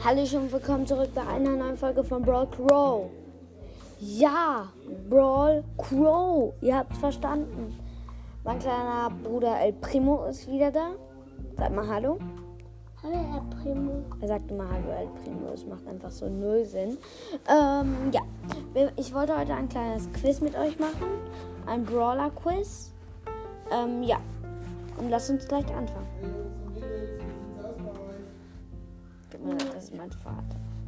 Hallo und willkommen zurück bei einer neuen Folge von Brawl Crow. Ja, Brawl Crow, ihr habt's verstanden. Mein kleiner Bruder El Primo ist wieder da. Sag mal Hallo. Hallo El Primo. Er sagte mal Hallo El Primo, es macht einfach so null Sinn. Ja, ich wollte heute ein kleines Quiz mit euch machen. Ein Brawler-Quiz. Ja, und lasst uns gleich anfangen. Das ist mein Vater.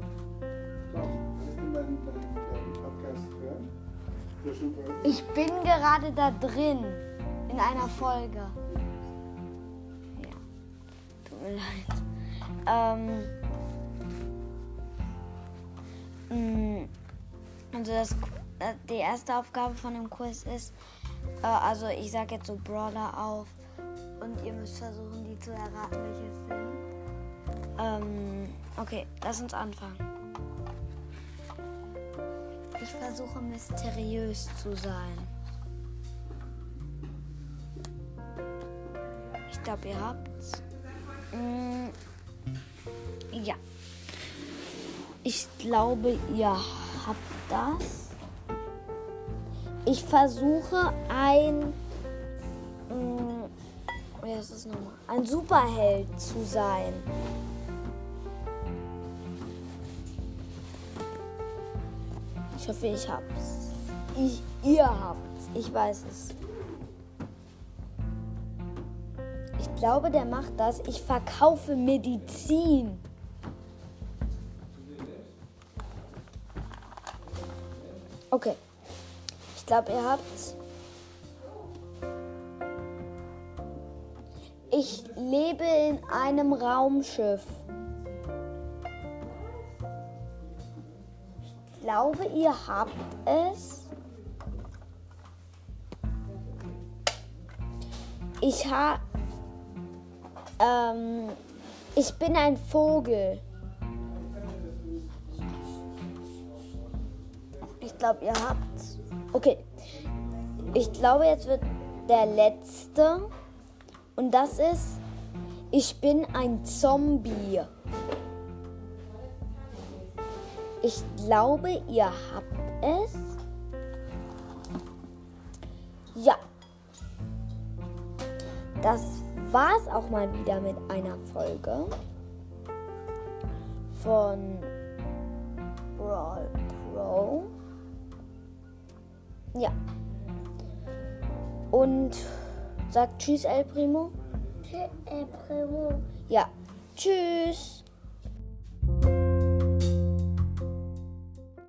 Ich bin gerade da drin, in einer Folge. Ja, tut mir leid. Also die erste Aufgabe von dem Quiz ist, also ich sage jetzt so Brawler auf und ihr müsst versuchen, die zu erraten, welche es sind. Okay, lass uns anfangen. Ich versuche mysteriös zu sein. Ich glaube, ihr habt's. Ja. Ich glaube, ihr habt das. Ich versuche wie heißt das nochmal? Ein Superheld zu sein. Ich hoffe, ich hab's. Ihr habt's. Ich weiß es. Ich glaube, der macht das. Ich verkaufe Medizin. Okay. Ich glaube, ihr habt's. Ich lebe in einem Raumschiff. Ich glaube, ihr habt es. Ich bin ein Vogel. Ich glaube, ihr habt's. Okay. Ich glaube, jetzt wird der letzte. Und das ist, ich bin ein Zombie. Ich glaube, ihr habt es. Ja. Das war's auch mal wieder mit einer Folge von Brawl Pro. Ja. Und sagt Tschüss, El Primo. Tschüss, El Primo. Ja. Tschüss.